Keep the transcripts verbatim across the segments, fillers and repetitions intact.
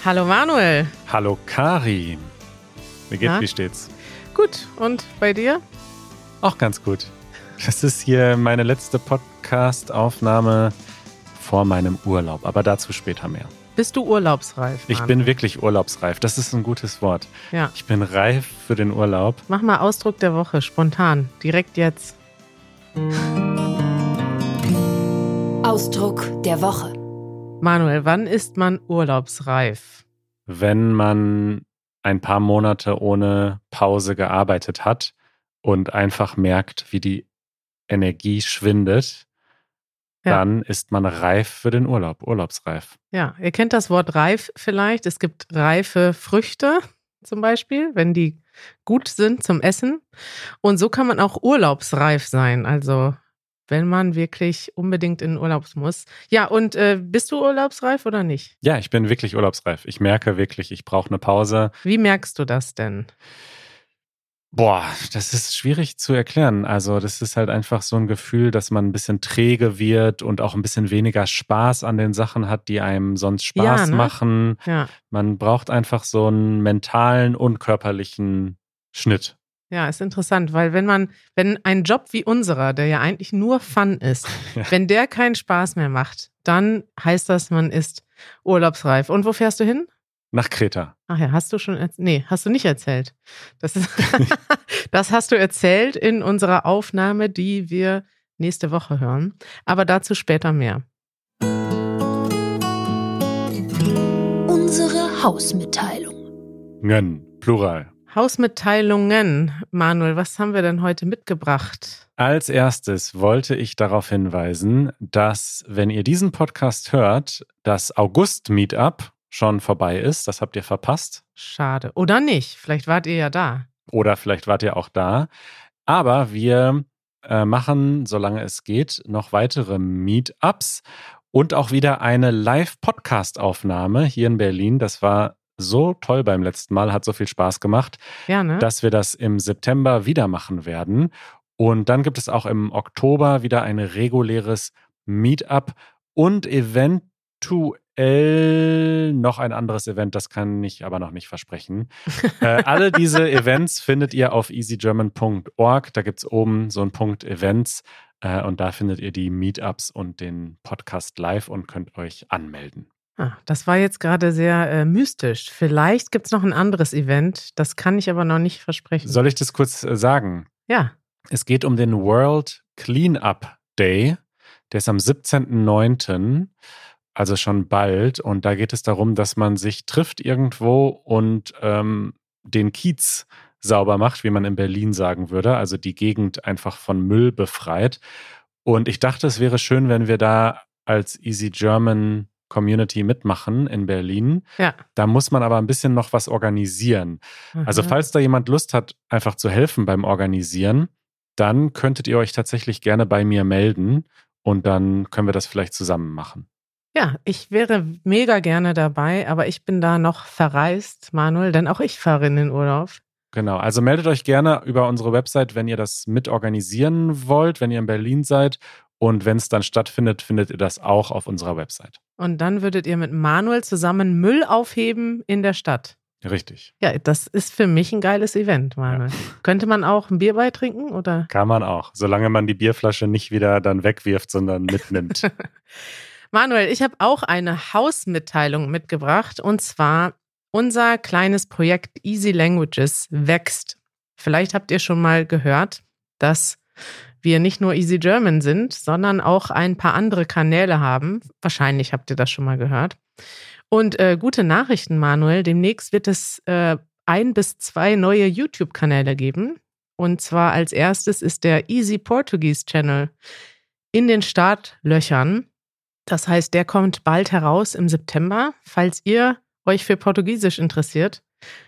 Hallo Manuel. Hallo Kari. Wie geht's, Na? wie steht's? Gut, und bei dir? Auch ganz gut. Das ist hier meine letzte Podcast-Aufnahme vor meinem Urlaub, aber dazu später mehr. Bist du urlaubsreif? Ich Manuel? bin wirklich urlaubsreif, das ist ein gutes Wort. Ja. Ich bin reif für den Urlaub. Mach mal Ausdruck der Woche, spontan, direkt jetzt. Ausdruck der Woche. Manuel, wann ist man urlaubsreif? Wenn man ein paar Monate ohne Pause gearbeitet hat und einfach merkt, wie die Energie schwindet, Ja. dann ist man reif für den Urlaub, urlaubsreif. Ja, ihr kennt das Wort reif vielleicht. Es gibt reife Früchte zum Beispiel, wenn die gut sind zum Essen. Und so kann man auch urlaubsreif sein, also wenn man wirklich unbedingt in den Urlaub muss. Ja, und äh, bist du urlaubsreif oder nicht? Ja, ich bin wirklich urlaubsreif. Ich merke wirklich, ich brauche eine Pause. Wie merkst du das denn? Boah, das ist schwierig zu erklären. Also das ist halt einfach so ein Gefühl, dass man ein bisschen träge wird und auch ein bisschen weniger Spaß an den Sachen hat, die einem sonst Spaß Ja, ne? machen. Ja. Man braucht einfach so einen mentalen und körperlichen Schnitt. Ja, ist interessant, weil wenn man, wenn ein Job wie unserer, der ja eigentlich nur Fun ist, Ja. wenn der keinen Spaß mehr macht, dann heißt das, man ist urlaubsreif. Und wo fährst du hin? Nach Kreta. Ach ja, hast du schon, erz- nee, hast du nicht erzählt. Das ist, das hast du erzählt in unserer Aufnahme, die wir nächste Woche hören. Aber dazu später mehr. Unsere Hausmitteilung. Ngön, Plural. Hausmitteilungen. Manuel, was haben wir denn heute mitgebracht? Als erstes wollte ich darauf hinweisen, dass, wenn ihr diesen Podcast hört, das August-Meetup schon vorbei ist. Das habt ihr verpasst. Schade. Oder nicht? Vielleicht wart ihr ja da. Oder vielleicht wart ihr auch da. Aber wir äh, machen, solange es geht, noch weitere Meetups und auch wieder eine Live-Podcast-Aufnahme hier in Berlin. Das war so toll beim letzten Mal, hat so viel Spaß gemacht, Ja, ne? dass wir das im September wieder machen werden. Und dann gibt es auch im Oktober wieder ein reguläres Meetup und eventuell noch ein anderes Event, das kann ich aber noch nicht versprechen. äh, alle diese Events findet ihr auf easy german punkt org. Da gibt es oben so einen Punkt Events äh, und da findet ihr die Meetups und den Podcast live und könnt euch anmelden. Ah, das war jetzt gerade sehr äh, mystisch. Vielleicht gibt es noch ein anderes Event, das kann ich aber noch nicht versprechen. Soll ich das kurz äh, sagen? Ja, Es geht um den World Cleanup Day. Der ist am siebzehnten neunten, also schon bald. Und da geht es darum, dass man sich trifft irgendwo und ähm, den Kiez sauber macht, wie man in Berlin sagen würde. Also die Gegend einfach von Müll befreit. Und ich dachte, es wäre schön, wenn wir da als Easy German Community mitmachen in Berlin. ja. Da muss man aber ein bisschen noch was organisieren. Also Aha. falls da jemand Lust hat, einfach zu helfen beim Organisieren, dann könntet ihr euch tatsächlich gerne bei mir melden und dann können wir das vielleicht zusammen machen. Ja, ich wäre mega gerne dabei, aber ich bin da noch verreist, Manuel, denn auch ich fahre in den Urlaub. Genau, also meldet euch gerne über unsere Website, wenn ihr das mit organisieren wollt, wenn ihr in Berlin seid. Und wenn es dann stattfindet, findet ihr das auch auf unserer Website. Und dann würdet ihr mit Manuel zusammen Müll aufheben in der Stadt. Richtig. Ja, das ist für mich ein geiles Event, Manuel. Könnte man auch ein Bier beitrinken, oder? Kann man auch, solange man die Bierflasche nicht wieder dann wegwirft, sondern mitnimmt. Manuel, ich habe auch eine Hausmitteilung mitgebracht, und zwar unser kleines Projekt Easy Languages wächst. Vielleicht habt ihr schon mal gehört, dass wir nicht nur Easy German sind, sondern auch ein paar andere Kanäle haben. Wahrscheinlich habt ihr das schon mal gehört. Und äh, gute Nachrichten, Manuel. Demnächst wird es äh, ein bis zwei neue YouTube-Kanäle geben. Und zwar als erstes ist der Easy Portuguese Channel in den Startlöchern. Das heißt, der kommt bald heraus im September. Falls ihr euch für Portugiesisch interessiert.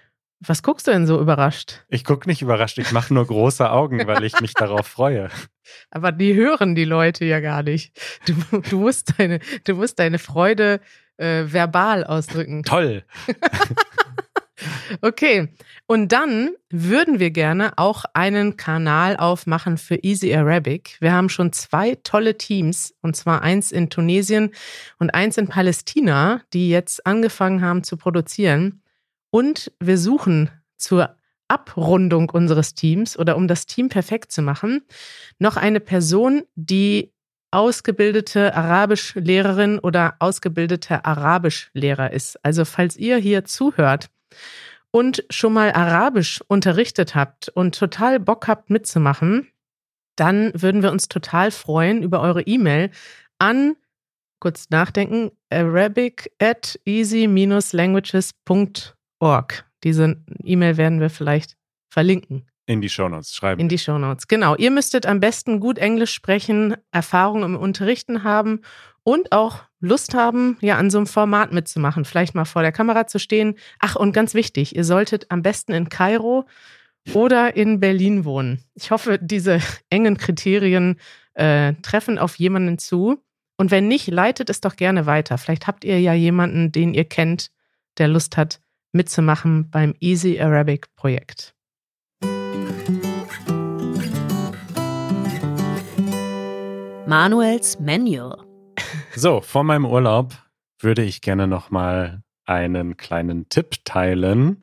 Was guckst du denn so überrascht? Ich gucke nicht überrascht, ich mache nur große Augen, weil ich mich darauf freue. Aber die hören die Leute ja gar nicht. Du, du, musst, deine, du musst deine Freude äh, verbal ausdrücken. Toll! Okay, und dann würden wir gerne auch einen Kanal aufmachen für Easy Arabic. Wir haben schon zwei tolle Teams, und zwar eins in Tunesien und eins in Palästina, die jetzt angefangen haben zu produzieren. Und wir suchen zur Abrundung unseres Teams oder um das Team perfekt zu machen, noch eine Person, die ausgebildete Arabischlehrerin oder ausgebildeter Arabischlehrer ist. Also falls ihr hier zuhört und schon mal Arabisch unterrichtet habt und total Bock habt mitzumachen, dann würden wir uns total freuen über eure E-Mail an, kurz nachdenken, arabic at easy dash languages dot org. Diese E-Mail werden wir vielleicht verlinken. In die Shownotes schreiben. In die Shownotes, genau. Ihr müsstet am besten gut Englisch sprechen, Erfahrung im Unterrichten haben und auch Lust haben, ja, an so einem Format mitzumachen. Vielleicht mal vor der Kamera zu stehen. Ach, und ganz wichtig, ihr solltet am besten in Kairo oder in Berlin wohnen. Ich hoffe, diese engen Kriterien äh, treffen auf jemanden zu. Und wenn nicht, leitet es doch gerne weiter. Vielleicht habt ihr ja jemanden, den ihr kennt, der Lust hat, mitzumachen beim Easy Arabic Projekt. Manuels Manual. So, vor meinem Urlaub würde ich gerne nochmal einen kleinen Tipp teilen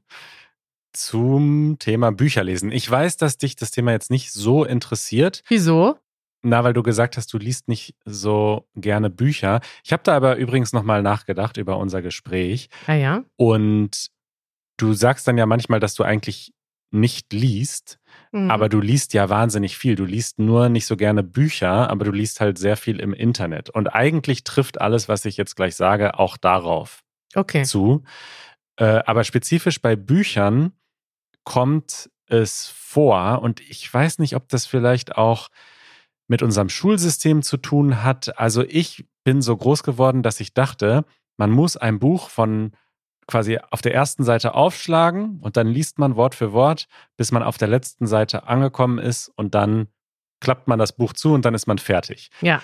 zum Thema Bücherlesen. Ich weiß, dass dich das Thema jetzt nicht so interessiert. Wieso? Na, weil du gesagt hast, du liest nicht so gerne Bücher. Ich habe da aber übrigens nochmal nachgedacht über unser Gespräch. Ah ja. Und du sagst dann ja manchmal, dass du eigentlich nicht liest. Mhm. Aber du liest ja wahnsinnig viel. Du liest nur nicht so gerne Bücher, aber du liest halt sehr viel im Internet. Und eigentlich trifft alles, was ich jetzt gleich sage, auch darauf okay. zu. Äh, aber spezifisch bei Büchern kommt es vor, und ich weiß nicht, ob das vielleicht auch mit unserem Schulsystem zu tun hat. Also ich bin so groß geworden, dass ich dachte, man muss ein Buch von quasi auf der ersten Seite aufschlagen und dann liest man Wort für Wort, bis man auf der letzten Seite angekommen ist und dann klappt man das Buch zu und dann ist man fertig. Ja.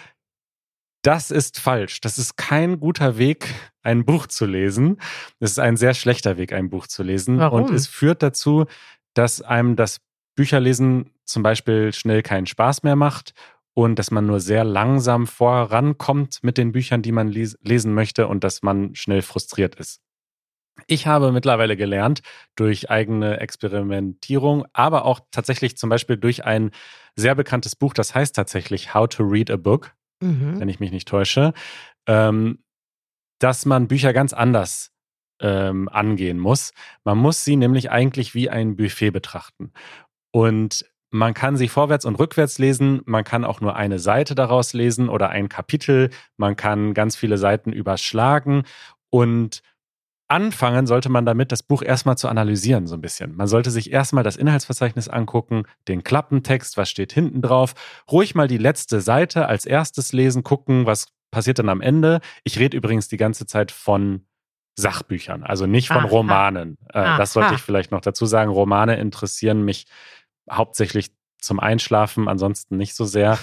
Das ist falsch. Das ist kein guter Weg, ein Buch zu lesen. Es ist ein sehr schlechter Weg, ein Buch zu lesen. Warum? Und es führt dazu, dass einem das Bücherlesen zum Beispiel schnell keinen Spaß mehr macht und dass man nur sehr langsam vorankommt mit den Büchern, die man les- lesen möchte und dass man schnell frustriert ist. Ich habe mittlerweile gelernt, durch eigene Experimentierung, aber auch tatsächlich zum Beispiel durch ein sehr bekanntes Buch, das heißt tatsächlich How to Read a Book, mhm. wenn ich mich nicht täusche, ähm, dass man Bücher ganz anders ähm, angehen muss. Man muss sie nämlich eigentlich wie ein Buffet betrachten. Und man kann sie vorwärts und rückwärts lesen, man kann auch nur eine Seite daraus lesen oder ein Kapitel, man kann ganz viele Seiten überschlagen und anfangen sollte man damit, das Buch erstmal zu analysieren, so ein bisschen. Man sollte sich erstmal das Inhaltsverzeichnis angucken, den Klappentext, was steht hinten drauf, ruhig mal die letzte Seite als erstes lesen, gucken, was passiert dann am Ende. Ich rede übrigens die ganze Zeit von Sachbüchern, also nicht von Aha. Romanen. Äh, das sollte Aha. ich vielleicht noch dazu sagen. Romane interessieren mich hauptsächlich zum Einschlafen, ansonsten nicht so sehr.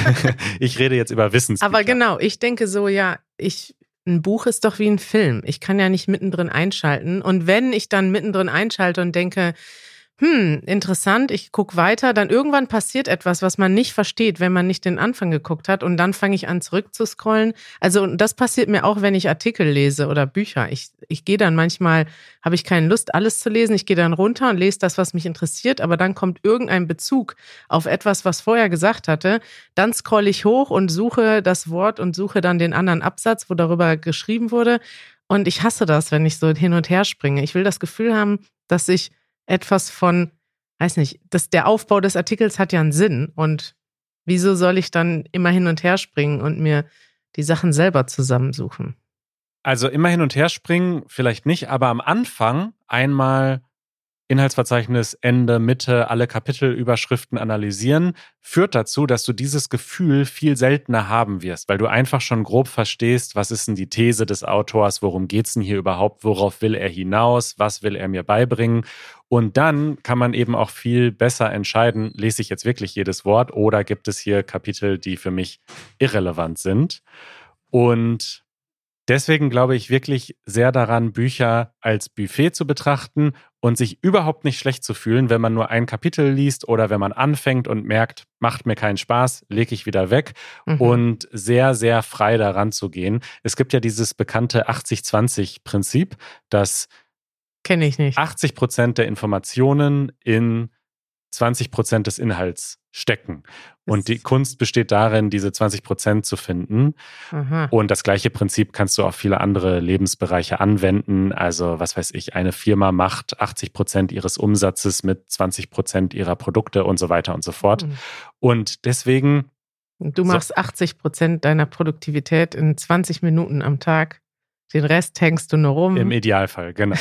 Ich rede jetzt über Wissensbücher. Aber genau, ich denke so, ja, ich... Ein Buch ist doch wie ein Film. Ich kann ja nicht mittendrin einschalten. Und wenn ich dann mittendrin einschalte und denke, hm, interessant, ich gucke weiter, dann irgendwann passiert etwas, was man nicht versteht, wenn man nicht den Anfang geguckt hat. Und dann fange ich an, zurückzuscrollen. Also das passiert mir auch, wenn ich Artikel lese oder Bücher. Ich, ich gehe dann manchmal, habe ich keine Lust, alles zu lesen. Ich gehe dann runter und lese das, was mich interessiert. Aber dann kommt irgendein Bezug auf etwas, was vorher gesagt hatte. Dann scrolle ich hoch und suche das Wort und suche dann den anderen Absatz, wo darüber geschrieben wurde. Und ich hasse das, wenn ich so hin und her springe. Ich will das Gefühl haben, dass ich etwas von, weiß nicht, das, der Aufbau des Artikels hat ja einen Sinn. Und wieso soll ich dann immer hin und her springen und mir die Sachen selber zusammensuchen? Also immer hin und her springen, vielleicht nicht, aber am Anfang einmal Inhaltsverzeichnis, Ende, Mitte, alle Kapitelüberschriften analysieren, führt dazu, dass du dieses Gefühl viel seltener haben wirst, weil du einfach schon grob verstehst, was ist denn die These des Autors, worum geht's denn hier überhaupt, worauf will er hinaus, was will er mir beibringen. Und dann kann man eben auch viel besser entscheiden, lese ich jetzt wirklich jedes Wort oder gibt es hier Kapitel, die für mich irrelevant sind. Und Deswegen glaube ich wirklich sehr daran, Bücher als Buffet zu betrachten und sich überhaupt nicht schlecht zu fühlen, wenn man nur ein Kapitel liest oder wenn man anfängt und merkt, macht mir keinen Spaß, lege ich wieder weg mhm. und sehr, sehr frei daran zu gehen. Es gibt ja dieses bekannte achtzig zwanzig Prinzip, dass Kenne ich nicht. achtzig Prozent der Informationen in zwanzig Prozent des Inhalts stecken. Und die Kunst besteht darin, diese zwanzig Prozent zu finden. Aha. Und das gleiche Prinzip kannst du auf viele andere Lebensbereiche anwenden. Also, was weiß ich, eine Firma macht achtzig Prozent ihres Umsatzes mit zwanzig Prozent ihrer Produkte und so weiter und so fort. Mhm. Und deswegen... Du machst so, achtzig Prozent deiner Produktivität in zwanzig Minuten am Tag. Den Rest hängst du nur rum. Im Idealfall, genau.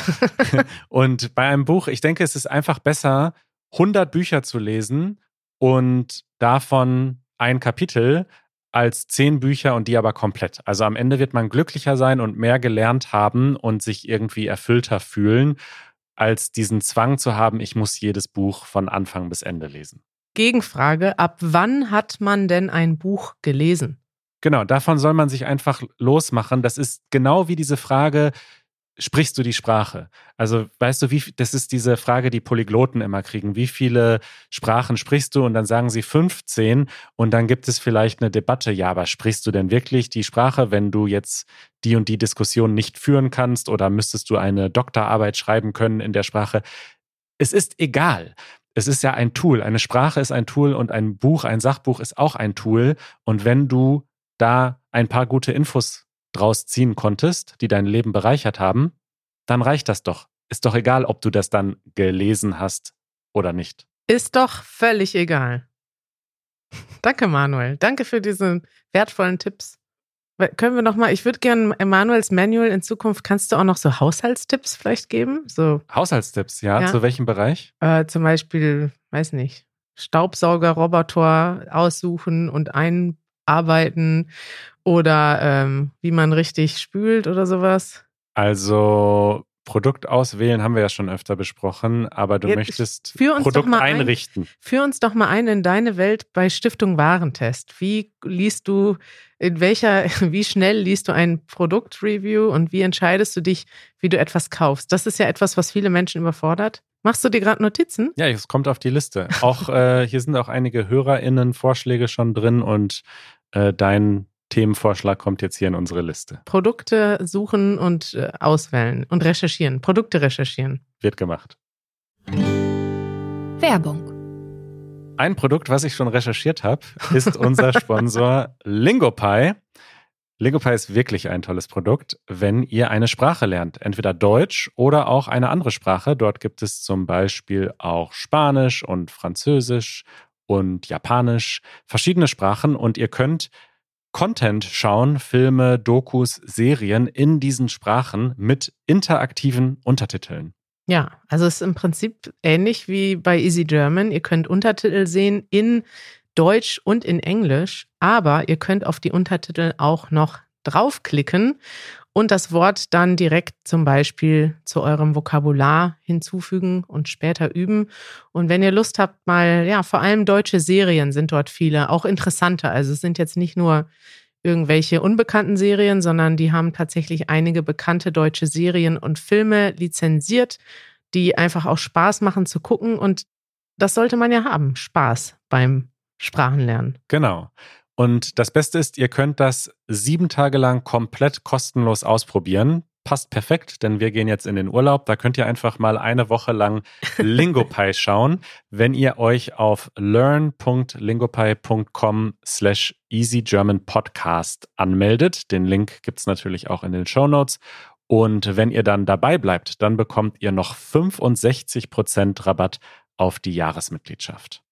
Und bei einem Buch, ich denke, es ist einfach besser, hundert Bücher zu lesen und davon ein Kapitel als zehn Bücher und die aber komplett. Also am Ende wird man glücklicher sein und mehr gelernt haben und sich irgendwie erfüllter fühlen, als diesen Zwang zu haben, ich muss jedes Buch von Anfang bis Ende lesen. Gegenfrage, ab wann hat man denn ein Buch gelesen? Genau, davon soll man sich einfach losmachen. Das ist genau wie diese Frage, sprichst du die Sprache? Also weißt du, wie, das ist diese Frage, die Polygloten immer kriegen. Wie viele Sprachen sprichst du? Und dann sagen sie fünfzehn und dann gibt es vielleicht eine Debatte. Ja, aber sprichst du denn wirklich die Sprache, wenn du jetzt die und die Diskussion nicht führen kannst oder müsstest du eine Doktorarbeit schreiben können in der Sprache? Es ist egal. Es ist ja ein Tool. Eine Sprache ist ein Tool und ein Buch, ein Sachbuch ist auch ein Tool. Und wenn du da ein paar gute Infos draus ziehen konntest, die dein Leben bereichert haben, dann reicht das doch. Ist doch egal, ob du das dann gelesen hast oder nicht. Ist doch völlig egal. Danke, Manuel. Danke für diese wertvollen Tipps. Können wir noch mal, ich würde gerne Emanuels Manual in Zukunft, kannst du auch noch so Haushaltstipps vielleicht geben? So, Haushaltstipps, ja. ja. Zu welchem Bereich? Äh, zum Beispiel, weiß nicht, Staubsaugerroboter aussuchen und einarbeiten oder ähm, wie man richtig spült oder sowas? Also Produkt auswählen haben wir ja schon öfter besprochen, aber du Jetzt möchtest Produkt einrichten. Ein, führ uns doch mal ein in deine Welt bei Stiftung Warentest. Wie liest du, in welcher, wie schnell liest du ein Produktreview und wie entscheidest du dich, wie du etwas kaufst? Das ist ja etwas, was viele Menschen überfordert. Machst du dir gerade Notizen? Ja, es kommt auf die Liste. Auch äh, hier sind auch einige HörerInnen-Vorschläge schon drin und äh, dein Themenvorschlag kommt jetzt hier in unsere Liste. Produkte suchen und äh, auswählen und recherchieren. Produkte recherchieren. Wird gemacht. Werbung. Ein Produkt, was ich schon recherchiert habe, ist unser Sponsor Lingopie. Lingopie ist wirklich ein tolles Produkt, wenn ihr eine Sprache lernt. Entweder Deutsch oder auch eine andere Sprache. Dort gibt es zum Beispiel auch Spanisch und Französisch und Japanisch. Verschiedene Sprachen und ihr könnt Content schauen, Filme, Dokus, Serien in diesen Sprachen mit interaktiven Untertiteln. Ja, also es ist im Prinzip ähnlich wie bei Easy German. Ihr könnt Untertitel sehen in Deutsch und in Englisch, aber ihr könnt auf die Untertitel auch noch draufklicken und das Wort dann direkt zum Beispiel zu eurem Vokabular hinzufügen und später üben. Und wenn ihr Lust habt, mal, ja, vor allem deutsche Serien sind dort viele, auch interessante. Also es sind jetzt nicht nur irgendwelche unbekannten Serien, sondern die haben tatsächlich einige bekannte deutsche Serien und Filme lizenziert, die einfach auch Spaß machen zu gucken. Und das sollte man ja haben, Spaß beim Sprachenlernen. Genau. Und das Beste ist, ihr könnt das sieben Tage lang komplett kostenlos ausprobieren. Passt perfekt, denn wir gehen jetzt in den Urlaub. Da könnt ihr einfach mal eine Woche lang Lingopie schauen, wenn ihr euch auf learn.lingopie.com slash easygermanpodcast anmeldet. Den Link gibt es natürlich auch in den Shownotes. Und wenn ihr dann dabei bleibt, dann bekommt ihr noch fünfundsechzig Prozent Rabatt auf die Jahresmitgliedschaft.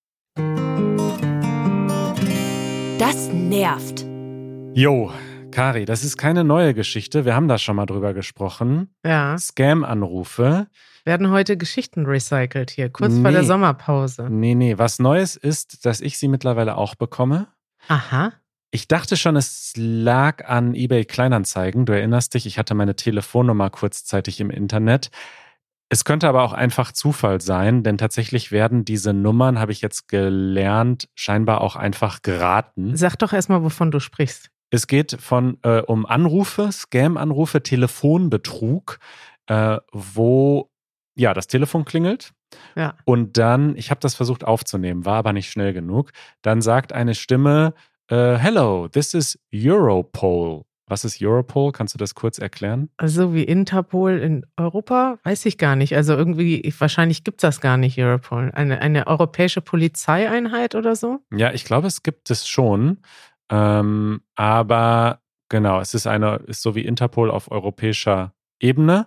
Das nervt. Jo, Kari, das ist keine neue Geschichte. Wir haben da schon mal drüber gesprochen. Ja. Scam-Anrufe. Werden heute Geschichten recycelt hier, kurz nee, vor der Sommerpause. Nee, nee. Was Neues ist, dass ich sie mittlerweile auch bekomme. Aha. Ich dachte schon, es lag an eBay Kleinanzeigen. Du erinnerst dich, ich hatte meine Telefonnummer kurzzeitig im Internet. Es könnte aber auch einfach Zufall sein, denn tatsächlich werden diese Nummern, habe ich jetzt gelernt, scheinbar auch einfach geraten. Sag doch erstmal, wovon du sprichst. Es geht von äh, um Anrufe, Scam-Anrufe, Telefonbetrug, äh, wo ja das Telefon klingelt. Ja. Und dann, ich habe das versucht aufzunehmen, war aber nicht schnell genug. Dann sagt eine Stimme, äh, Hello, this is Europol. Was ist Europol? Kannst du das kurz erklären? Also wie Interpol in Europa, weiß ich gar nicht. Also irgendwie, wahrscheinlich gibt es das gar nicht, Europol. Eine, eine europäische Polizeieinheit oder so? Ja, ich glaube, es gibt es schon. Ähm, aber genau, es ist eine, ist so wie Interpol auf europäischer Ebene.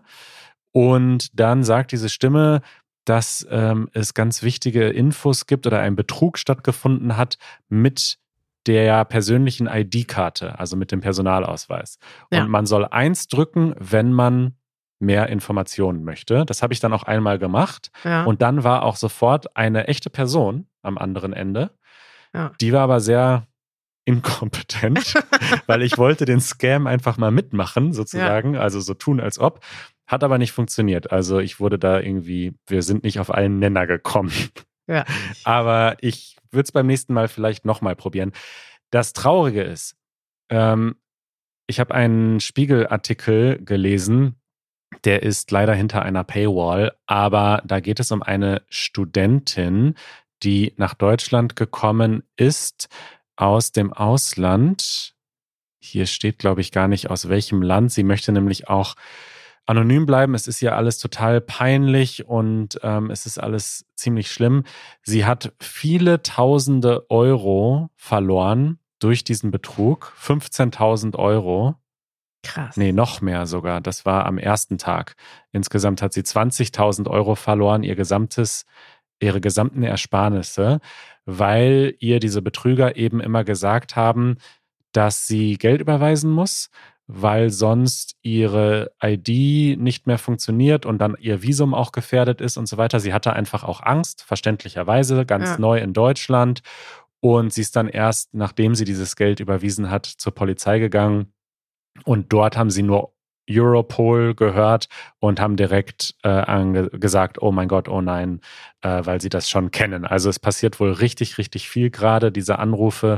Und dann sagt diese Stimme, dass ähm, es ganz wichtige Infos gibt oder ein Betrug stattgefunden hat mit der persönlichen I D-Karte, also mit dem Personalausweis. Ja. Und man soll eins drücken, wenn man mehr Informationen möchte. Das habe ich dann auch einmal gemacht. Ja. Und dann war auch sofort eine echte Person am anderen Ende. Ja. Die war aber sehr inkompetent, weil ich wollte den Scam einfach mal mitmachen, sozusagen, ja. Also so tun, als ob. Hat aber nicht funktioniert. Also ich wurde da irgendwie, wir sind nicht auf einen Nenner gekommen. Ja. Aber ich würde es beim nächsten Mal vielleicht nochmal probieren. Das Traurige ist, ähm, ich habe einen Spiegel-Artikel gelesen, der ist leider hinter einer Paywall, aber da geht es um eine Studentin, die nach Deutschland gekommen ist aus dem Ausland. Hier steht, glaube ich, gar nicht aus welchem Land. Sie möchte nämlich auch anonym bleiben. Es ist ihr alles total peinlich und ähm, es ist alles ziemlich schlimm. Sie hat viele tausende Euro verloren durch diesen Betrug. fünfzehntausend Euro. Krass. Nee, noch mehr sogar. Das war am ersten Tag. Insgesamt hat sie zwanzigtausend Euro verloren, ihr gesamtes, ihre gesamten Ersparnisse, weil ihr diese Betrüger eben immer gesagt haben, dass sie Geld überweisen muss, weil sonst ihre I D nicht mehr funktioniert und dann ihr Visum auch gefährdet ist und so weiter. Sie hatte einfach auch Angst, verständlicherweise, ganz Ja. neu in Deutschland. Und sie ist dann erst, nachdem sie dieses Geld überwiesen hat, zur Polizei gegangen. Und dort haben sie nur Europol gehört und haben direkt äh, ange- gesagt, oh mein Gott, oh nein, äh, weil sie das schon kennen. Also es passiert wohl richtig, richtig viel gerade, diese Anrufe.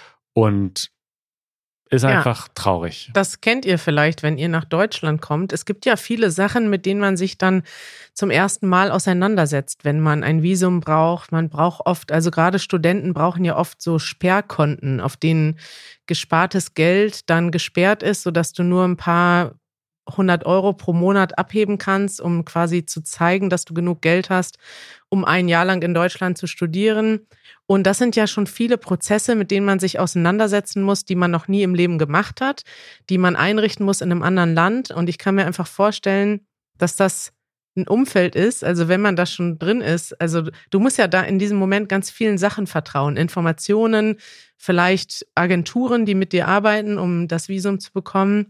Und ist Ja. einfach traurig. Das kennt ihr vielleicht, wenn ihr nach Deutschland kommt. Es gibt ja viele Sachen, mit denen man sich dann zum ersten Mal auseinandersetzt, wenn man ein Visum braucht. Man braucht oft, also gerade Studenten brauchen ja oft so Sperrkonten, auf denen gespartes Geld dann gesperrt ist, sodass du nur ein paar hundert Euro pro Monat abheben kannst, um quasi zu zeigen, dass du genug Geld hast, um ein Jahr lang in Deutschland zu studieren. Und das sind ja schon viele Prozesse, mit denen man sich auseinandersetzen muss, die man noch nie im Leben gemacht hat, die man einrichten muss in einem anderen Land. Und ich kann mir einfach vorstellen, dass das ein Umfeld ist, also wenn man da schon drin ist, also du musst ja da in diesem Moment ganz vielen Sachen vertrauen, Informationen, vielleicht Agenturen, die mit dir arbeiten, um das Visum zu bekommen.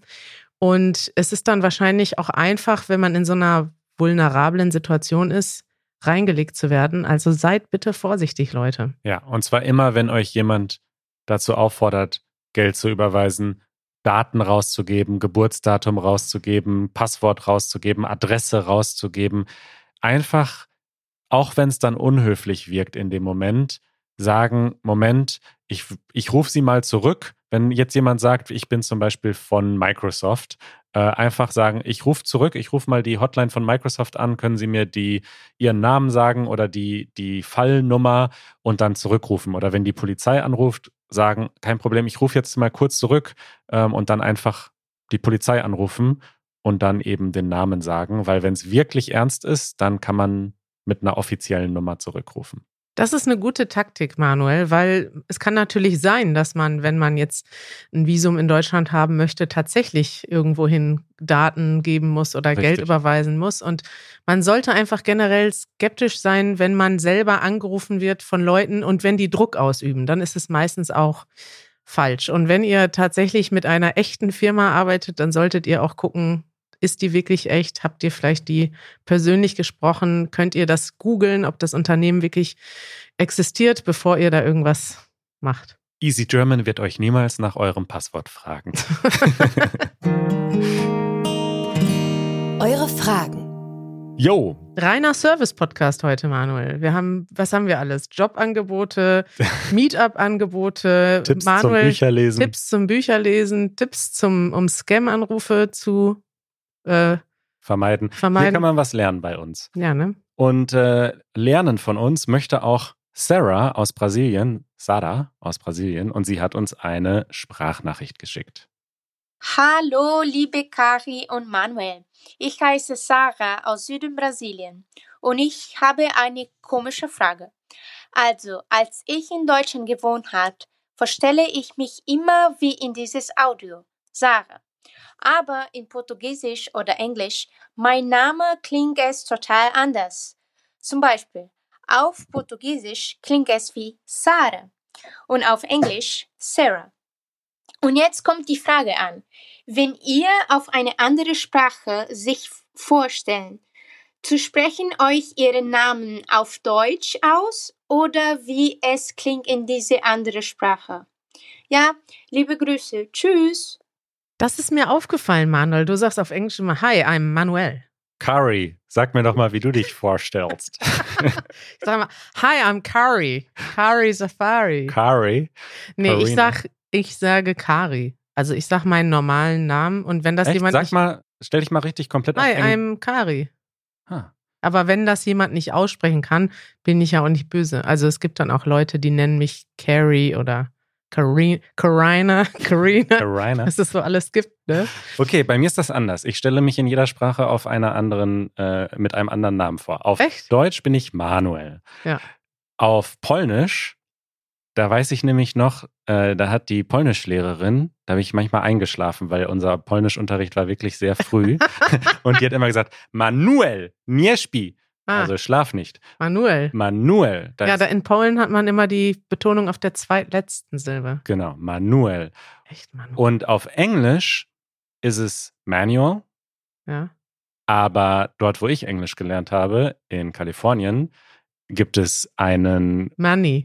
Und es ist dann wahrscheinlich auch einfach, wenn man in so einer vulnerablen Situation ist, reingelegt zu werden. Also seid bitte vorsichtig, Leute. Ja, und zwar immer, wenn euch jemand dazu auffordert, Geld zu überweisen, Daten rauszugeben, Geburtsdatum rauszugeben, Passwort rauszugeben, Adresse rauszugeben. Einfach, auch wenn es dann unhöflich wirkt in dem Moment, sagen, Moment, ich, ich rufe sie mal zurück. Wenn jetzt jemand sagt, ich bin zum Beispiel von Microsoft, äh, einfach sagen, ich rufe zurück, ich rufe mal die Hotline von Microsoft an, können Sie mir die, Ihren Namen sagen oder die, die Fallnummer und dann zurückrufen. Oder wenn die Polizei anruft, sagen, kein Problem, ich rufe jetzt mal kurz zurück ähm, und dann einfach die Polizei anrufen und dann eben den Namen sagen, weil wenn es wirklich ernst ist, dann kann man mit einer offiziellen Nummer zurückrufen. Das ist eine gute Taktik, Manuel, weil es kann natürlich sein, dass man, wenn man jetzt ein Visum in Deutschland haben möchte, tatsächlich irgendwohin Daten geben muss oder Richtig. Geld überweisen muss. Und man sollte einfach generell skeptisch sein, wenn man selber angerufen wird von Leuten und wenn die Druck ausüben, dann ist es meistens auch falsch. Und wenn ihr tatsächlich mit einer echten Firma arbeitet, dann solltet ihr auch gucken, ist die wirklich echt? Habt ihr vielleicht die persönlich gesprochen? Könnt ihr das googeln, ob das Unternehmen wirklich existiert, bevor ihr da irgendwas macht? Easy German wird euch niemals nach eurem Passwort fragen. Eure Fragen. Jo. Reiner Service-Podcast heute, Manuel. Wir haben, was haben wir alles? Jobangebote, Meetup-Angebote, Tipps Manuel, zum Bücherlesen. Tipps zum Bücherlesen, Tipps zum, um Scam-Anrufe zu äh, vermeiden. vermeiden. Hier kann man was lernen bei uns. Ja, ne? Und äh, lernen von uns möchte auch Sarah aus Brasilien, Sarah aus Brasilien, und sie hat uns eine Sprachnachricht geschickt. Hallo, liebe Kari und Manuel. Ich heiße Sarah aus Süden Brasilien und ich habe eine komische Frage. Also, als ich in Deutschland gewohnt habe, verstelle ich mich immer wie in dieses Audio, Sarah. Aber in Portugiesisch oder Englisch, mein Name klingt es total anders. Zum Beispiel, auf Portugiesisch klingt es wie Sarah und auf Englisch Sarah. Und jetzt kommt die Frage an, wenn ihr auf eine andere Sprache sich vorstellen, zu sprechen euch ihren Namen auf Deutsch aus oder wie es klingt in diese andere Sprache? Ja, liebe Grüße, tschüss. Das ist mir aufgefallen, Manuel. Du sagst auf Englisch immer, hi, I'm Manuel. Kari, sag mir doch mal, wie du dich vorstellst. Ich sag mal, hi, I'm Kari. Kari Safari. Kari? Nee, Karina. ich sag, ich sage Kari. Also ich sag meinen normalen Namen und wenn das Echt? jemand Sag nicht... mal, stell dich mal richtig komplett Hi, auf Englisch. I'm Kari. Ah. Aber wenn das jemand nicht aussprechen kann, bin ich ja auch nicht böse. Also es gibt dann auch Leute, die nennen mich Carrie oder Carina, Carina, Carina. Carina. Was es so alles gibt, ne? Okay, bei mir ist das anders. Ich stelle mich in jeder Sprache auf einer anderen, äh, mit einem anderen Namen vor. Auf Echt? Deutsch bin ich Manuel. Ja. Auf Polnisch, da weiß ich nämlich noch, äh, da hat die Polnischlehrerin, da habe ich manchmal eingeschlafen, weil unser Polnischunterricht war wirklich sehr früh. Und die hat immer gesagt, Manuel, nie śpi. Ah, Also schlaf nicht. Manuel. Manuel. Da Ja, ist, da in Polen hat man immer die Betonung auf der zweitletzten Silbe. genau, Manuel. Echt, Manuel. Und auf Englisch ist es Manuel. Ja. Aber dort, wo ich Englisch gelernt habe, in Kalifornien, gibt es einen Manny.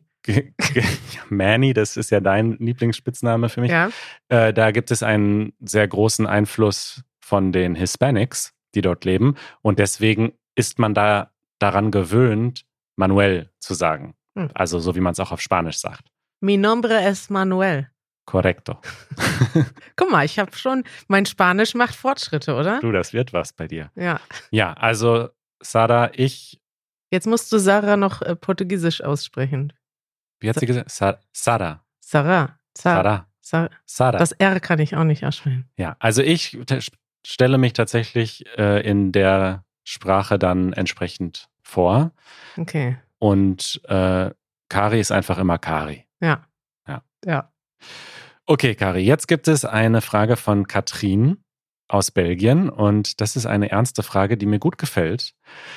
Manny, das ist ja dein Lieblingsspitzname für mich. Ja. Äh, da gibt es einen sehr großen Einfluss von den Hispanics, die dort leben. Und deswegen ist man da daran gewöhnt, Manuel zu sagen. Hm. Also so, wie man es auch auf Spanisch sagt. Mi nombre es Manuel. Correcto. Guck mal, ich habe schon, mein Spanisch macht Fortschritte, oder? Du, das wird was bei dir. Ja. Ja, also Sarah, ich, Jetzt musst du Sarah noch äh, Portugiesisch aussprechen. wie hat sie gesagt? Sa- Sarah. Sarah. Sarah. Sarah. Sarah. Sarah. Das R kann ich auch nicht aussprechen. Ja, also ich t- stelle mich tatsächlich äh, in der Sprache dann entsprechend vor. Okay. Und äh, Kari ist einfach immer Kari. Ja. Ja. Ja. Okay, Kari, jetzt gibt es eine Frage von Katrin aus Belgien. Und das ist eine ernste Frage, die mir gut gefällt.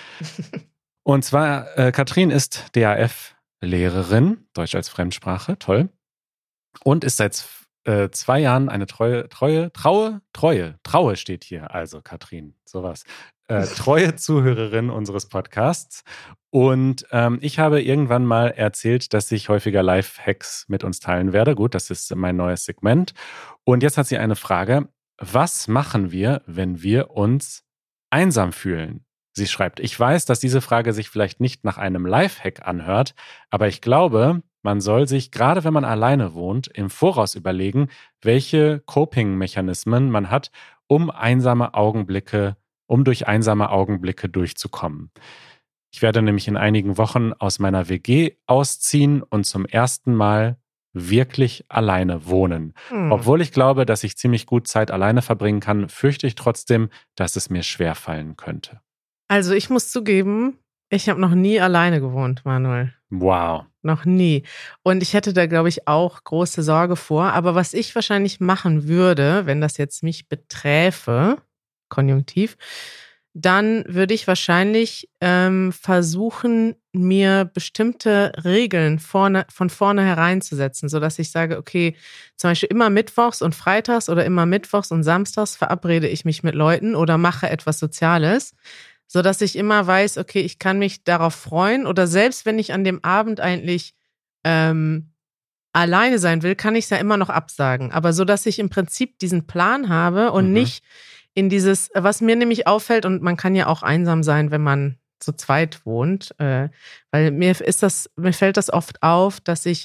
Und zwar, äh, Katrin ist D A F-Lehrerin, Deutsch als Fremdsprache, toll. Und ist seit äh, zwei Jahren eine treue, treue, traue, treue, traue steht hier, also Katrin, sowas. Äh, treue Zuhörerin unseres Podcasts. Und ähm, ich habe irgendwann mal erzählt, dass ich häufiger Live-Hacks mit uns teilen werde. Gut, das ist mein neues Segment. Und jetzt hat sie eine Frage. Was machen wir, wenn wir uns einsam fühlen? Sie schreibt, ich weiß, dass diese Frage sich vielleicht nicht nach einem Live-Hack anhört, aber ich glaube, man soll sich, gerade wenn man alleine wohnt, im Voraus überlegen, welche Coping-Mechanismen man hat, um einsame Augenblicke, um durch einsame Augenblicke durchzukommen. Ich werde nämlich in einigen Wochen aus meiner W G ausziehen und zum ersten Mal wirklich alleine wohnen. Hm. Obwohl ich glaube, dass ich ziemlich gut Zeit alleine verbringen kann, fürchte ich trotzdem, dass es mir schwerfallen könnte. Also ich muss zugeben, ich habe noch nie alleine gewohnt, Manuel. Wow. Noch nie. Und ich hätte da, glaube ich, auch große Sorge vor. Aber was ich wahrscheinlich machen würde, wenn das jetzt mich beträfe, Konjunktiv, dann würde ich wahrscheinlich ähm, versuchen, mir bestimmte Regeln vorne, von vorne hereinzusetzen, sodass ich sage, okay, zum Beispiel immer mittwochs und freitags oder immer mittwochs und samstags verabrede ich mich mit Leuten oder mache etwas Soziales, sodass ich immer weiß, okay, ich kann mich darauf freuen oder selbst wenn ich an dem Abend eigentlich ähm, alleine sein will, kann ich es ja immer noch absagen. Aber so, dass ich im Prinzip diesen Plan habe und Mhm. nicht in dieses, was mir nämlich auffällt, und man kann ja auch einsam sein, wenn man zu zweit wohnt, äh, weil mir ist das, mir fällt das oft auf, dass ich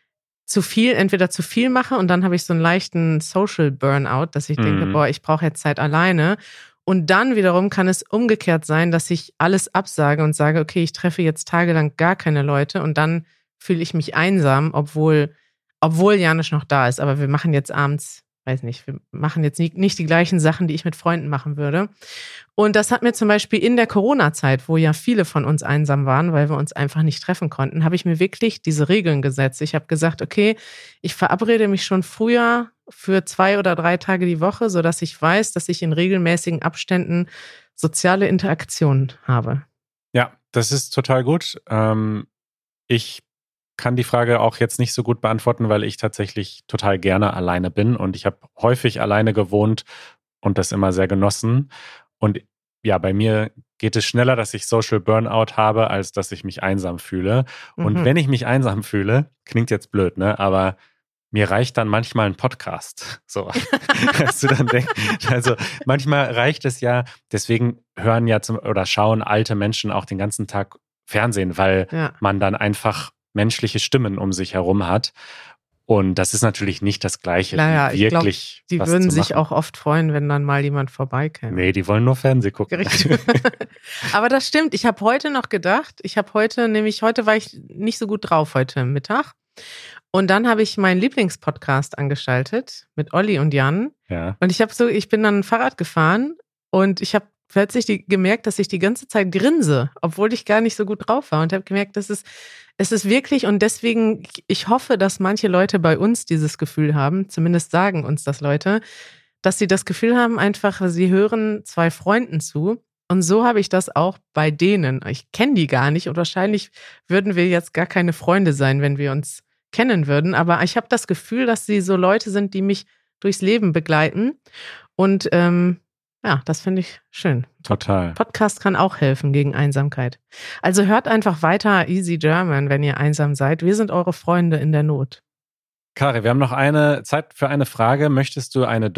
zu viel, entweder zu viel mache und dann habe ich so einen leichten Social Burnout, dass ich mhm. denke, boah, ich brauche jetzt Zeit alleine. Und dann wiederum kann es umgekehrt sein, dass ich alles absage und sage, okay, ich treffe jetzt tagelang gar keine Leute und dann fühle ich mich einsam, obwohl, obwohl Janusz noch da ist. Aber wir machen jetzt abends, weiß nicht, wir machen jetzt nie, nicht die gleichen Sachen, die ich mit Freunden machen würde. Und das hat mir zum Beispiel in der Corona-Zeit, wo ja viele von uns einsam waren, weil wir uns einfach nicht treffen konnten, habe ich mir wirklich diese Regeln gesetzt. Ich habe gesagt, okay, ich verabrede mich schon früher für zwei oder drei Tage die Woche, sodass ich weiß, dass ich in regelmäßigen Abständen soziale Interaktionen habe. Ja, das ist total gut. Ähm, ich kann die Frage auch jetzt nicht so gut beantworten, weil ich tatsächlich total gerne alleine bin und ich habe häufig alleine gewohnt und das immer sehr genossen. Und ja, bei mir geht es schneller, dass ich Social Burnout habe, als dass ich mich einsam fühle. Und Mhm. wenn ich mich einsam fühle, klingt jetzt blöd, ne? Aber mir reicht dann manchmal ein Podcast. So, dass du dann denkst, also manchmal reicht es ja, deswegen hören ja zum, oder schauen alte Menschen auch den ganzen Tag Fernsehen, weil Ja. man dann einfach menschliche Stimmen um sich herum hat. Und das ist natürlich nicht das Gleiche, Naja, wie ich glaub, wirklich die was würden zu sich machen. auch oft freuen, wenn dann mal jemand vorbeikäme. Nee, die wollen nur Fernsehen gucken. Richtig. Aber das stimmt. Ich habe heute noch gedacht, ich habe heute, nämlich heute war ich nicht so gut drauf heute Mittag. Und dann habe ich meinen Lieblingspodcast angeschaltet mit Olli und Jan. Ja. Und ich habe so, ich bin dann Fahrrad gefahren und ich habe plötzlich die, gemerkt, dass ich die ganze Zeit grinse, obwohl ich gar nicht so gut drauf war. Und habe gemerkt, dass es, es ist wirklich, und deswegen, ich hoffe, dass manche Leute bei uns dieses Gefühl haben, zumindest sagen uns das Leute, dass sie das Gefühl haben, einfach, sie hören zwei Freunden zu. Und so habe ich das auch bei denen. Ich kenne die gar nicht und wahrscheinlich würden wir jetzt gar keine Freunde sein, wenn wir uns kennen würden. Aber ich habe das Gefühl, dass sie so Leute sind, die mich durchs Leben begleiten. Und ähm, ja, das finde ich schön. Total. Podcast kann auch helfen gegen Einsamkeit. Also hört einfach weiter Easy German, wenn ihr einsam seid. Wir sind eure Freunde in der Not. Kari, wir haben noch eine Zeit für eine Frage. Möchtest du eine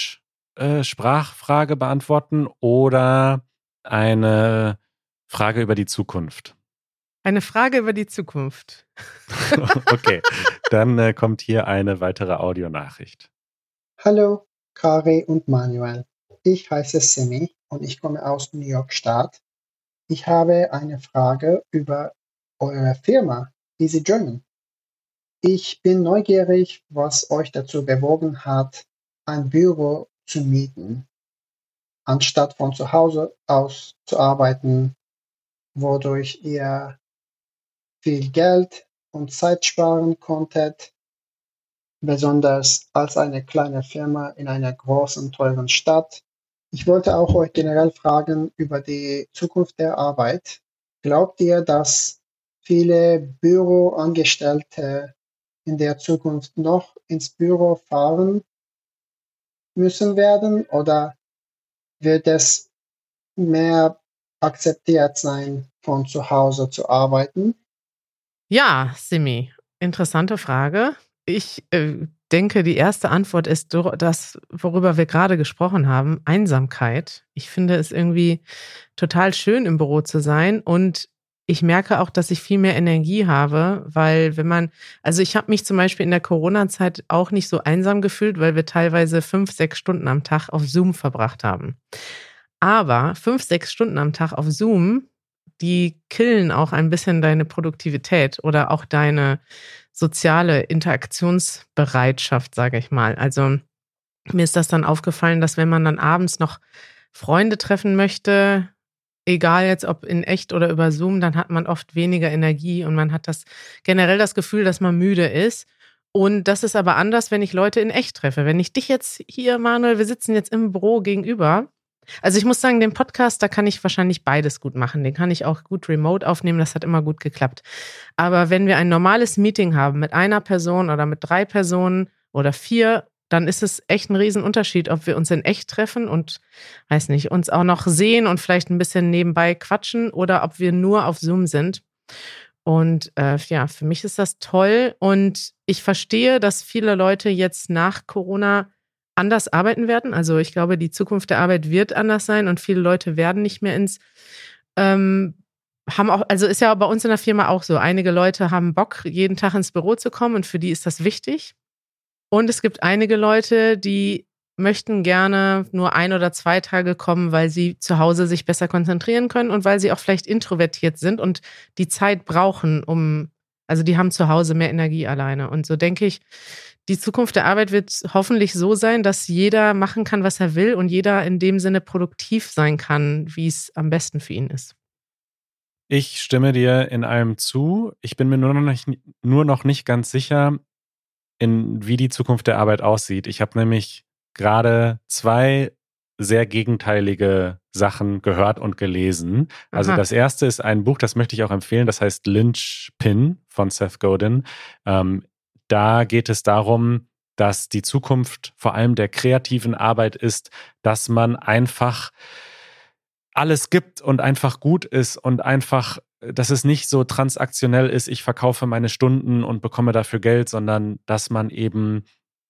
Deutsch-Sprachfrage beantworten oder eine Frage über die Zukunft? Eine Frage über die Zukunft. Okay, dann äh, kommt hier eine weitere Audionachricht. Hallo, Kari und Manuel. Ich heiße Simi und ich komme aus New York Stadt. Ich habe eine Frage über eure Firma, Easy German. Ich bin neugierig, was euch dazu bewogen hat, ein Büro zu mieten, anstatt von zu Hause aus zu arbeiten, wodurch ihr viel Geld und Zeit sparen konntet, besonders als eine kleine Firma in einer großen, teuren Stadt. Ich wollte auch euch generell fragen über die Zukunft der Arbeit. Glaubt ihr, dass viele Büroangestellte in der Zukunft noch ins Büro fahren müssen werden oder wird es mehr akzeptiert sein, von zu Hause zu arbeiten? Ja, Simi, interessante Frage. Ich äh, denke, die erste Antwort ist das, worüber wir gerade gesprochen haben, Einsamkeit. Ich finde es irgendwie total schön, im Büro zu sein und ich merke auch, dass ich viel mehr Energie habe, weil wenn man, also ich habe mich zum Beispiel in der Corona-Zeit auch nicht so einsam gefühlt, weil wir teilweise fünf, sechs Stunden am Tag auf Zoom verbracht haben. Aber fünf, sechs Stunden am Tag auf Zoom, die killen auch ein bisschen deine Produktivität oder auch deine soziale Interaktionsbereitschaft, sage ich mal. Also mir ist das dann aufgefallen, dass wenn man dann abends noch Freunde treffen möchte, egal jetzt ob in echt oder über Zoom, dann hat man oft weniger Energie und man hat das generell das Gefühl, dass man müde ist. Und das ist aber anders, wenn ich Leute in echt treffe. Wenn ich dich jetzt hier, Manuel, wir sitzen jetzt im Büro gegenüber. Also ich muss sagen, den Podcast, da kann ich wahrscheinlich beides gut machen. Den kann ich auch gut remote aufnehmen, das hat immer gut geklappt. Aber wenn wir ein normales Meeting haben mit einer Person oder mit drei Personen oder vier, dann ist es echt ein Riesenunterschied, ob wir uns in echt treffen und, weiß nicht, uns auch noch sehen und vielleicht ein bisschen nebenbei quatschen oder ob wir nur auf Zoom sind. Und äh, ja, für mich ist das toll und ich verstehe, dass viele Leute jetzt nach Corona anders arbeiten werden. Also ich glaube, die Zukunft der Arbeit wird anders sein und viele Leute werden nicht mehr ins ähm, haben auch, also ist ja bei uns in der Firma auch so. Einige Leute haben Bock, jeden Tag ins Büro zu kommen und für die ist das wichtig. Und es gibt einige Leute, die möchten gerne nur ein oder zwei Tage kommen, weil sie zu Hause sich besser konzentrieren können und weil sie auch vielleicht introvertiert sind und die Zeit brauchen, um, also die haben zu Hause mehr Energie alleine. Und so denke ich, die Zukunft der Arbeit wird hoffentlich so sein, dass jeder machen kann, was er will und jeder in dem Sinne produktiv sein kann, wie es am besten für ihn ist. Ich stimme dir in allem zu. Ich bin mir nur noch nicht, nur noch nicht ganz sicher, in wie die Zukunft der Arbeit aussieht. Ich habe nämlich gerade zwei sehr gegenteilige Sachen gehört und gelesen. Also Aha. Das erste ist ein Buch, das möchte ich auch empfehlen, das heißt Linchpin von Seth Godin. Ähm, da geht es darum, dass die Zukunft vor allem der kreativen Arbeit ist, dass man einfach alles gibt und einfach gut ist und einfach, dass es nicht so transaktionell ist, ich verkaufe meine Stunden und bekomme dafür Geld, sondern dass man eben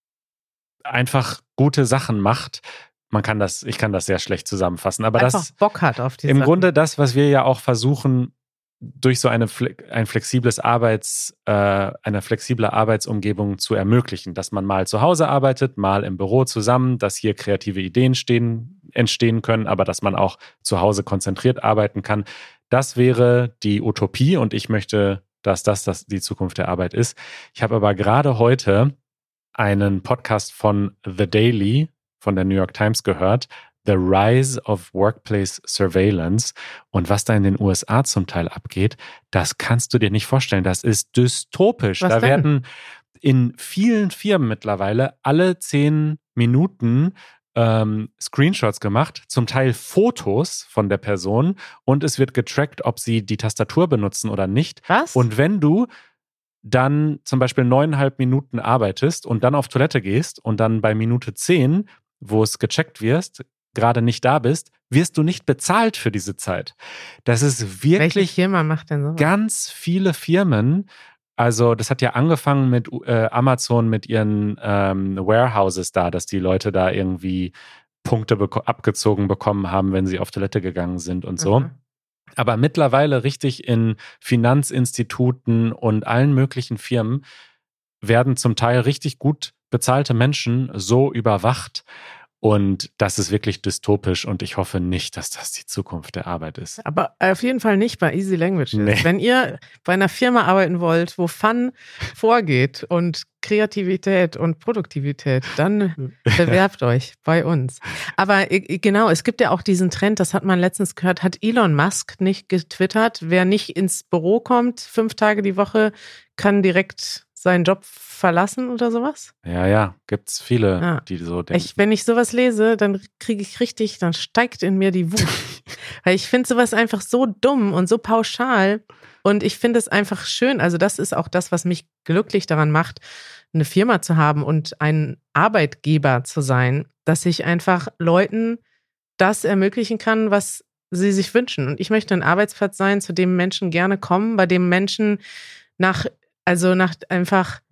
einfach gute Sachen macht. Man kann das, ich kann das sehr schlecht zusammenfassen, aber Einfach das Bock hat auf die im Sachen. Grunde das, was wir ja auch versuchen, durch so eine ein flexibles Arbeits, äh, eine flexible Arbeitsumgebung zu ermöglichen, dass man mal zu Hause arbeitet, mal im Büro zusammen, dass hier kreative Ideen stehen, entstehen können, aber dass man auch zu Hause konzentriert arbeiten kann. Das wäre die Utopie und ich möchte, dass das, das die Zukunft der Arbeit ist. Ich habe aber gerade heute einen Podcast von The Daily von der New York Times gehört, The Rise of Workplace Surveillance. Und was da in den U S A zum Teil abgeht, das kannst du dir nicht vorstellen. Das ist dystopisch. Was da denn? werden in vielen Firmen mittlerweile alle zehn Minuten ähm, Screenshots gemacht, zum Teil Fotos von der Person und es wird getrackt, ob sie die Tastatur benutzen oder nicht. Was? Und wenn du dann zum Beispiel neuneinhalb Minuten arbeitest und dann auf Toilette gehst und dann bei Minute zehn, wo es gecheckt wirst, gerade nicht da bist, wirst du nicht bezahlt für diese Zeit. Das ist Welche wirklich Firma macht denn so? ganz viele Firmen. Also das hat ja angefangen mit äh, Amazon mit ihren ähm, Warehouses da, dass die Leute da irgendwie Punkte beko- abgezogen bekommen haben, wenn sie auf Toilette gegangen sind und so. Mhm. Aber mittlerweile richtig in Finanzinstituten und allen möglichen Firmen werden zum Teil richtig gut bezahlte Menschen so überwacht. Und das ist wirklich dystopisch und ich hoffe nicht, dass das die Zukunft der Arbeit ist. Aber auf jeden Fall nicht bei Easy Languages. Nee. Wenn ihr bei einer Firma arbeiten wollt, wo Fun vorgeht und Kreativität und Produktivität, dann bewerbt euch bei uns. Aber äh, genau, es gibt ja auch diesen Trend, das hat man letztens gehört, hat Elon Musk nicht getwittert, wer nicht ins Büro kommt, fünf Tage die Woche, kann direkt seinen Job verlassen oder sowas? Ja, ja, gibt's viele, Ja. die so denken. Ich, wenn ich sowas lese, dann kriege ich richtig, dann steigt in mir die Wut. Weil ich finde sowas einfach so dumm und so pauschal. Und ich finde es einfach schön. Also das ist auch das, was mich glücklich daran macht, eine Firma zu haben und ein Arbeitgeber zu sein, dass ich einfach Leuten das ermöglichen kann, was sie sich wünschen. Und ich möchte ein Arbeitsplatz sein, zu dem Menschen gerne kommen, bei dem Menschen nach, also nach einfach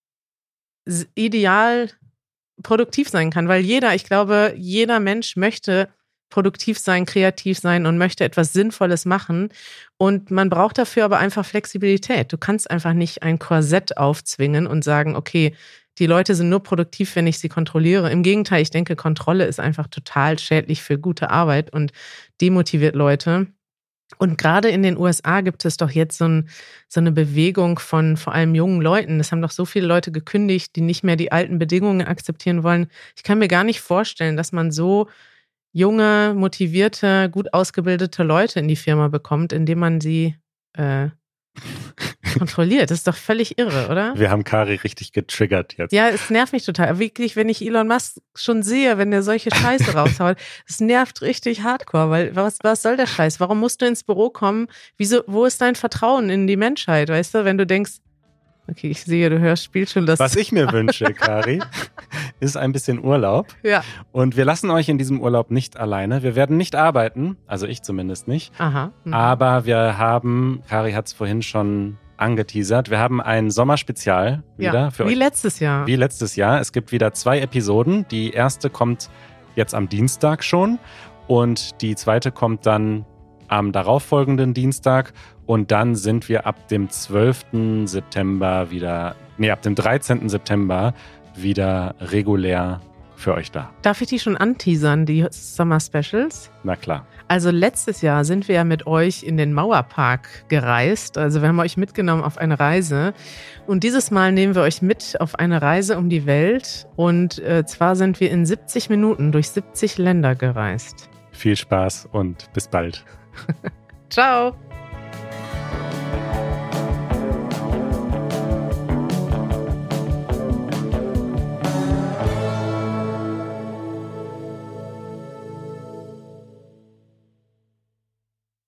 ideal produktiv sein kann, weil jeder, ich glaube, jeder Mensch möchte produktiv sein, kreativ sein und möchte etwas Sinnvolles machen und man braucht dafür aber einfach Flexibilität. Du kannst einfach nicht ein Korsett aufzwingen und sagen, okay, die Leute sind nur produktiv, wenn ich sie kontrolliere. Im Gegenteil, ich denke, Kontrolle ist einfach total schädlich für gute Arbeit und demotiviert Leute. Und gerade in den U S A gibt es doch jetzt so, ein, so eine Bewegung von vor allem jungen Leuten. Es haben doch so viele Leute gekündigt, die nicht mehr die alten Bedingungen akzeptieren wollen. Ich kann mir gar nicht vorstellen, dass man so junge, motivierte, gut ausgebildete Leute in die Firma bekommt, indem man sie äh, kontrolliert. Das ist doch völlig irre, oder? Wir haben Kari richtig getriggert jetzt. Ja, es nervt mich total. Wirklich, wenn ich Elon Musk schon sehe, wenn der solche Scheiße raushaut, es nervt richtig hardcore, weil was, was soll der Scheiß? Warum musst du ins Büro kommen? Wieso, wo ist dein Vertrauen in die Menschheit? Weißt du, wenn du denkst, okay, ich sehe, du hörst, spielst schon das. Was ich mir wünsche, Kari, ist ein bisschen Urlaub. Ja. Und wir lassen euch in diesem Urlaub nicht alleine. Wir werden nicht arbeiten, also ich zumindest nicht. Aha. Mhm. Aber wir haben, Kari hat es vorhin schon angeteasert. Wir haben ein Sommerspezial wieder ja, für wie euch. letztes Jahr. Wie letztes Jahr. Es gibt wieder zwei Episoden. Die erste kommt jetzt am Dienstag schon und die zweite kommt dann am darauffolgenden Dienstag und dann sind wir ab dem zwölften September wieder, nee, ab dem dreizehnten September wieder regulär für euch da. Darf ich die schon anteasern, die Summer Specials? Na klar. Also letztes Jahr sind wir ja mit euch in den Mauerpark gereist. Also wir haben euch mitgenommen auf eine Reise. Und dieses Mal nehmen wir euch mit auf eine Reise um die Welt. Und äh, zwar sind wir in siebzig Minuten durch siebzig Länder gereist. Viel Spaß und bis bald. Ciao.